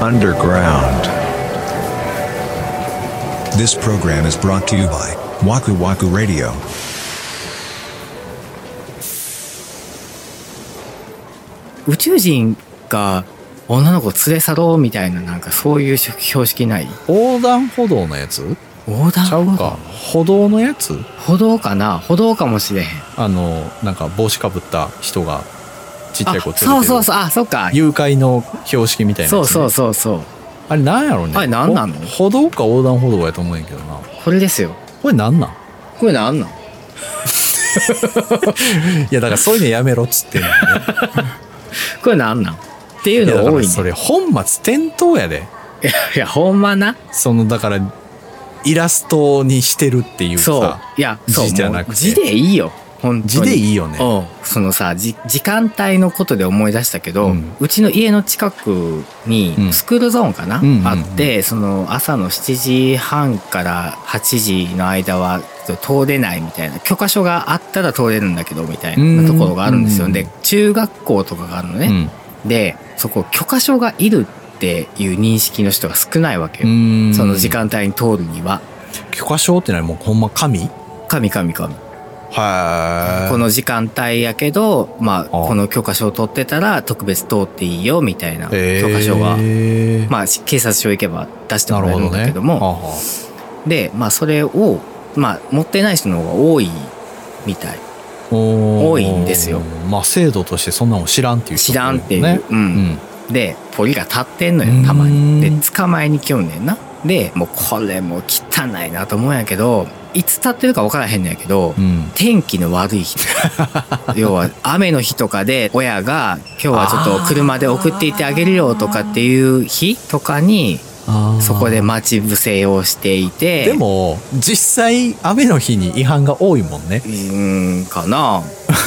underground. This program is brought to you by Waku Waku Radio. 宇宙人が女の子連れ去ろうみたいな、なんかそういう標識ない？ 横断歩道のやつ？ 横断歩道？ ちゃうか。歩道のやつ？ 歩道かな？歩道かもしれへん。 なんか帽子かぶった人がちっちゃい子連れてる。 そうそうそう、あ、そっか。 誘拐の標識みたいなやつ、ね。 そうそうそうそう。 あれなんやろうね。 あれなんなの？ 歩道か横断歩道やと思うんやけどな。 これですよ。 これなんなん？ これなんなん？ いやだからそういうのやめろっつってんのね。 これなんなんっていうのが多いね。 それ本末転倒やで。 いやほんまな。 だからイラストにしてるっていうさ。 そう。いや、そう。 字じゃなくて。 字でいいよ。本当に。 字でいいよね。 そのさ、時間帯のことで思い出したけど、うちの家の近くにスクールゾーンかな、あって、その朝の7時半から8時の間は通れないみたいな、許可書があったら通れるんだけどみたいなところがあるんですよ。で、中学校とかがあるのね。で、そこ許可書がいるっていう認識の人が少ないわけよ。その時間帯に通るには。 許可証ってのはもうほんま紙はこの時間帯やけど、まあこの許可証を取ってたら特別通っていいよみたいな許可証が、まあ警察署行けば出してもらえるんだけども、でまあそれをまあ持ってない人の方が多いみたい。多いんですよ。 まあ制度としてそんなの知らんっていう人、 知らんっていう、でポリが立ってんのよたまに。で捕まえに来よんねんな。でもうこれもう汚いなと思うんやけど、いつ立ってるか分からへんのやけど、天気の悪い日要は雨の日とかで親が今日はちょっと車で送っていってあげるよとかっていう日とかにそこで待ち伏せをしていて。 でも実際雨の日に違反が多いもんね。 かな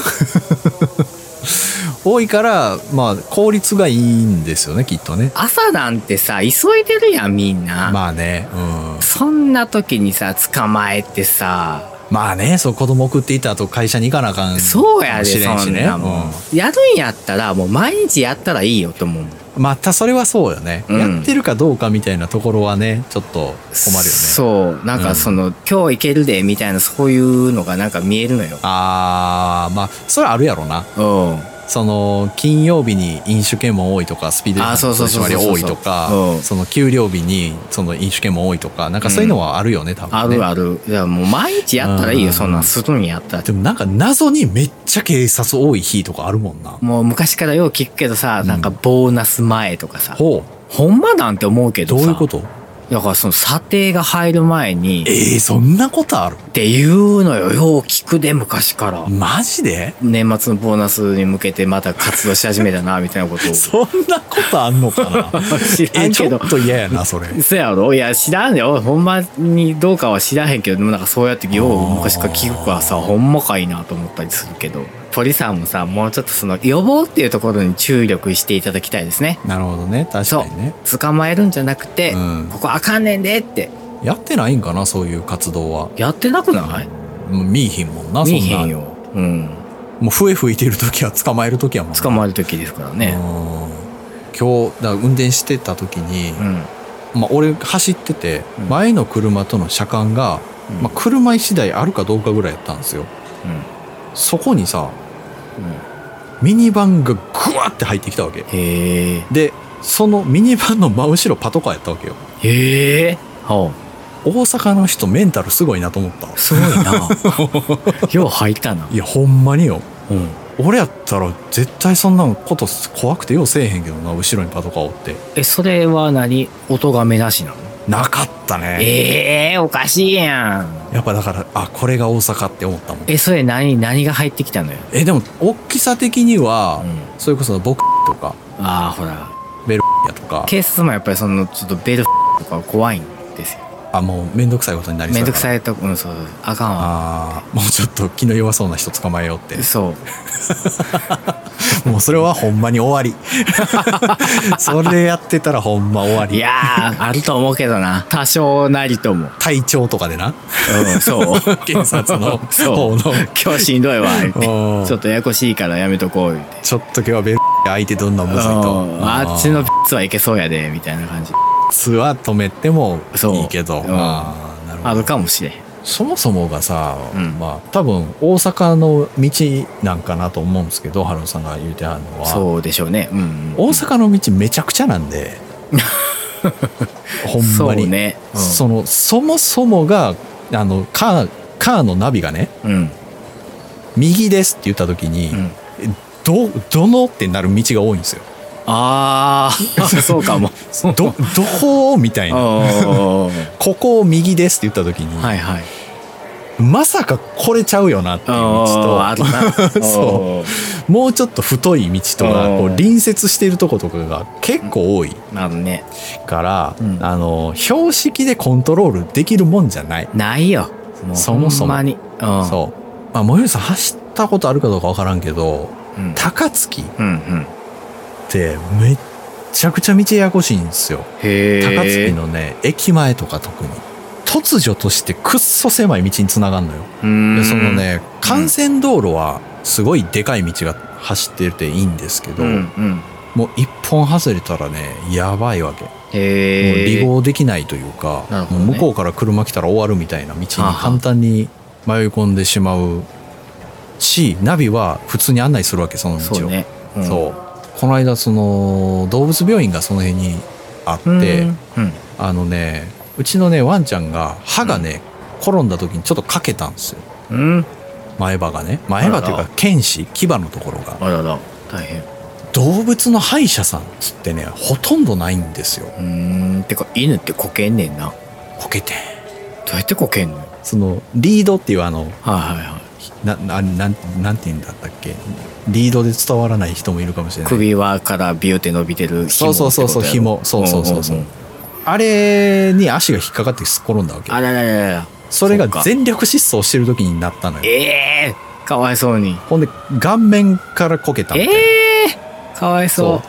多いからまあ効率がいいんですよねきっとね。 朝なんてさ急いでるやんみんな。 まあね、 そんな時にさ捕まえてさ、 まあね、そう子供送っていた後会社に行かなあかん。 そうやで、 しれんしね、 そんなもん、やるんやったらもう毎日やったらいいよと思う。 またそれはそうよね、やってるかどうかみたいなところはねちょっと困るよね。 そうなんかその、今日行けるでみたいなそういうのがなんか見えるのよ。 まあそれあるやろな。その金曜日に飲酒検問多いとかスピード違反取締り多いとか、その給料日にその飲酒検問多いとか、なんかそういうのはあるよね、多分ね。 ある。いやもう毎日やったらいいよ、そんなんするんやったら。 でもなんか謎にめっちゃ警察多い日とかあるもんな。 もう昔からよう聞くけどさ、なんかボーナス前とかさ、ほんまなんて思うけどさ。 どういうこと？ だからその査定が入る前にそんなことあるっていうのよ。よう聞くで昔から。 マジで？ 年末のボーナスに向けてまた活動し始めたなみたいなことをそんなことあんのかな知らんけどちょっと嫌やなそれ。 そうやろ。いや知らんよ、ほんまにどうかは知らへんけど、でもなんかそうやってよう昔から聞くからさ、ほんまかいなと思ったりするけど、鳥さんもさもうちょっとその予防っていうところに注力していただきたいですね。 なるほどね、確かにね。 そう捕まえるんじゃなくて、ここあかんねんでってやってないんかな、そういう活動は。 やってなくない？ 見いひんもんな、 見いひんよ。 もう笛吹いてる時は捕まえる時はもん捕まえる時ですからね。 今日だから運転してた時に、まあ俺走ってて、前の車との車間が、まあ車1台あるかどうかぐらいやったんですよ。そこにさ、ミニバンがグワって入ってきたわけ。でそのミニバンの真後ろパトカーやったわけよ。大阪の人メンタルすごいなと思った。 すごいなよう入ったな。 いやほんまによ、俺やったら絶対そんなこと怖くてようせえへんけどな、後ろにパトカーおって。 それは何？音がめなしなの？ なかったね。 おかしいやん。 やっぱだからこれが大阪って思ったもん。 それ何が入ってきたのよ。 でも大きさ的には、それこそ僕とかほらベルやとか。 警察もやっぱりそのちょっとベルとか怖いんですよ。 もう面倒くさいことになりそう。 面倒くさいとそうあかんわ。 もうちょっと気の弱そうな人捕まえようって。 そうもうそれはほんまに終わりそれやってたらほんま終わり。 いやあると思うけどな、多少なりとも。 体調とかでな、 そう警察の方の今日しんどいわ言ってちょっとややこしいからやめとこう言って、 ちょっと今日はベル相手どんなむずいと、 あっちのツはいけそうやでみたいな感じ。 ツは止めてもいいけど、 あるかもしれん。 そもそもがさ、多分大阪の道なんかなと思うんですけど、春野さんが言うてはるのはそうでしょうね、 大阪の道めちゃくちゃなんでほんまに、ね、そもそもがカーのナビがね、右ですって言った時に、どのってなる道が多いんですよ。 そうかもどこみたいなここを右ですって言った時に、まさかこれちゃうよなっていう道とそうもうちょっと太い道とかこう隣接しているとことかが結構多いから、標識でコントロールできるもんじゃないよ、 そもそも。 ほんまにそう最寄りさん走ったことあるかどうか分からんけど、高槻ってめっちゃくちゃ道ややこしいんですよ。高槻のね駅前とか特に突如としてくっそ狭い道につながんのよ。でそのね幹線道路はすごいでかい道が走ってていいんですけど、もう一本外れたらねやばいわけ。もう離合できないというか、もう向こうから車来たら終わるみたいな道に簡単に迷い込んでしまうし、ナビは普通に案内するわけ、その道を。そうこの間その動物病院がその辺にあって、うちのねワンちゃんが歯がね、転んだ時にちょっとかけたんですよ、前歯がね、前歯というか犬歯牙のところが。 大変。 動物の歯医者さんつってねほとんどないんですよ。 てか犬ってこけんねんな。 こけてどうやってこけんの？ そのリードっていうなんて言うんだったっけ、リードで伝わらない人もいるかもしれない。首輪からビューって伸びてる紐。そう紐。そうあれに足が引っかかって転んだわけ。それが全力疾走してる時になったのよ。 かわいそうに。 ほんで顔面からこけたみたいな。 かわいそう。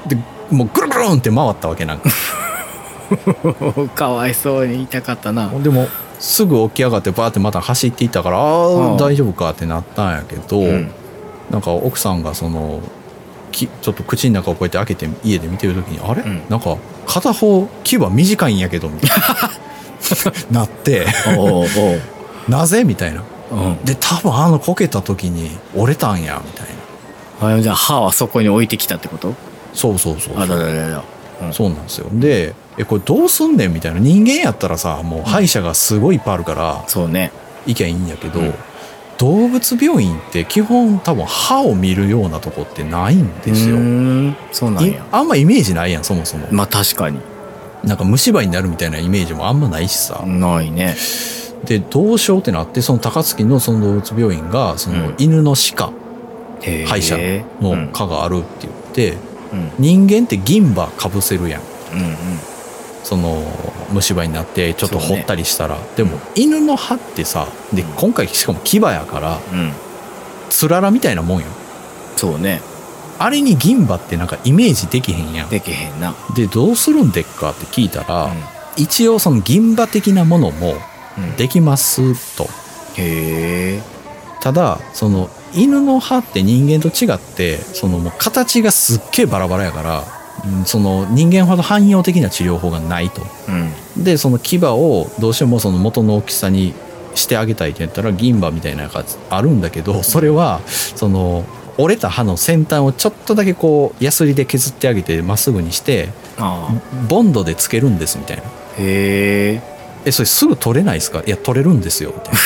でもうぐるぐるんって回ったわけなんかかわいそうに。痛かったな。 でもすぐ起き上がってバーってまた走っていったから大丈夫かってなったんやけど、なんか奥さんがそのちょっと口の中をこうやって開けて家で見てる時にあれ、なんか片方牙短いんやけどみたいななってなぜみたいな、で多分こけた時に折れたんやみたいな。 じゃあ歯はそこに置いてきたってこと？ そうそうなんですよ。でこれどうすんねんみたいな。人間やったらさもう歯医者がすごいいっぱいあるから行きゃいいんやけど、動物病院って基本多分歯を見るようなとこってないんですよ。 そうなんや。 あんまイメージないやんそもそも。 まあ確かになんか虫歯になるみたいなイメージもあんまないしさ。 ないね。 でどうしようってなって、その高槻のその動物病院がその犬の歯科、歯医者の科があるって言って、人間って銀歯かぶせるやん、その虫歯になってちょっと掘ったりしたら、でも犬の歯ってさ、で今回しかも牙やからつららみたいなもんよ。 そうね。 あれに銀歯ってなんかイメージできへんやん。 できへんな。 でどうするんでっかって聞いたら、一応その銀歯的なものもできますと。ただその犬の歯って人間と違ってそのもう形がすっげえバラバラやから、その人間ほど汎用的な治療法がないと、でその牙をどうしてもその元の大きさにしてあげたいって言ったら銀歯みたいなやつあるんだけど、それはその折れた歯の先端をちょっとだけこうヤスリで削ってあげてまっすぐにしてボンドでつけるんですみたいな。それすぐ取れないですか？いや取れるんですよみたいな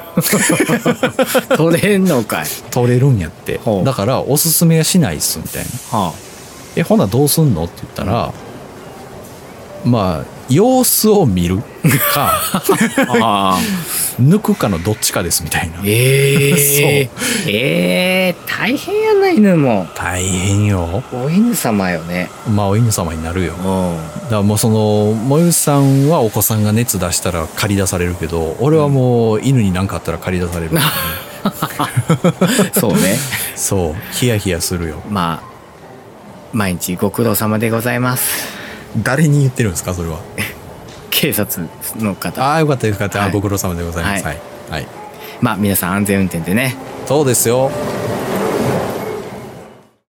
取れんのかい。 取れるんやって。だからおすすめはしないっすみたいな。ほなどうすんのって言ったら、まあ様子を見るか抜くかのどっちかですみたいな。そう大変やな。犬も大変よ。 お犬様よね。 まあお犬様になるよ。だからもうそのもゆさんはお子さんが熱出したら借り出されるけど、俺はもう犬に何かあったら借り出されるからね。 そうね。 そうヒヤヒヤするよ。 まあ毎日ご苦労様でございます。 誰に言ってるんですかそれは。 警察の方。 ああよかったよかった、はい、ご苦労様でございます。はい、はい、 まあ皆さん安全運転でね。 そうですよ。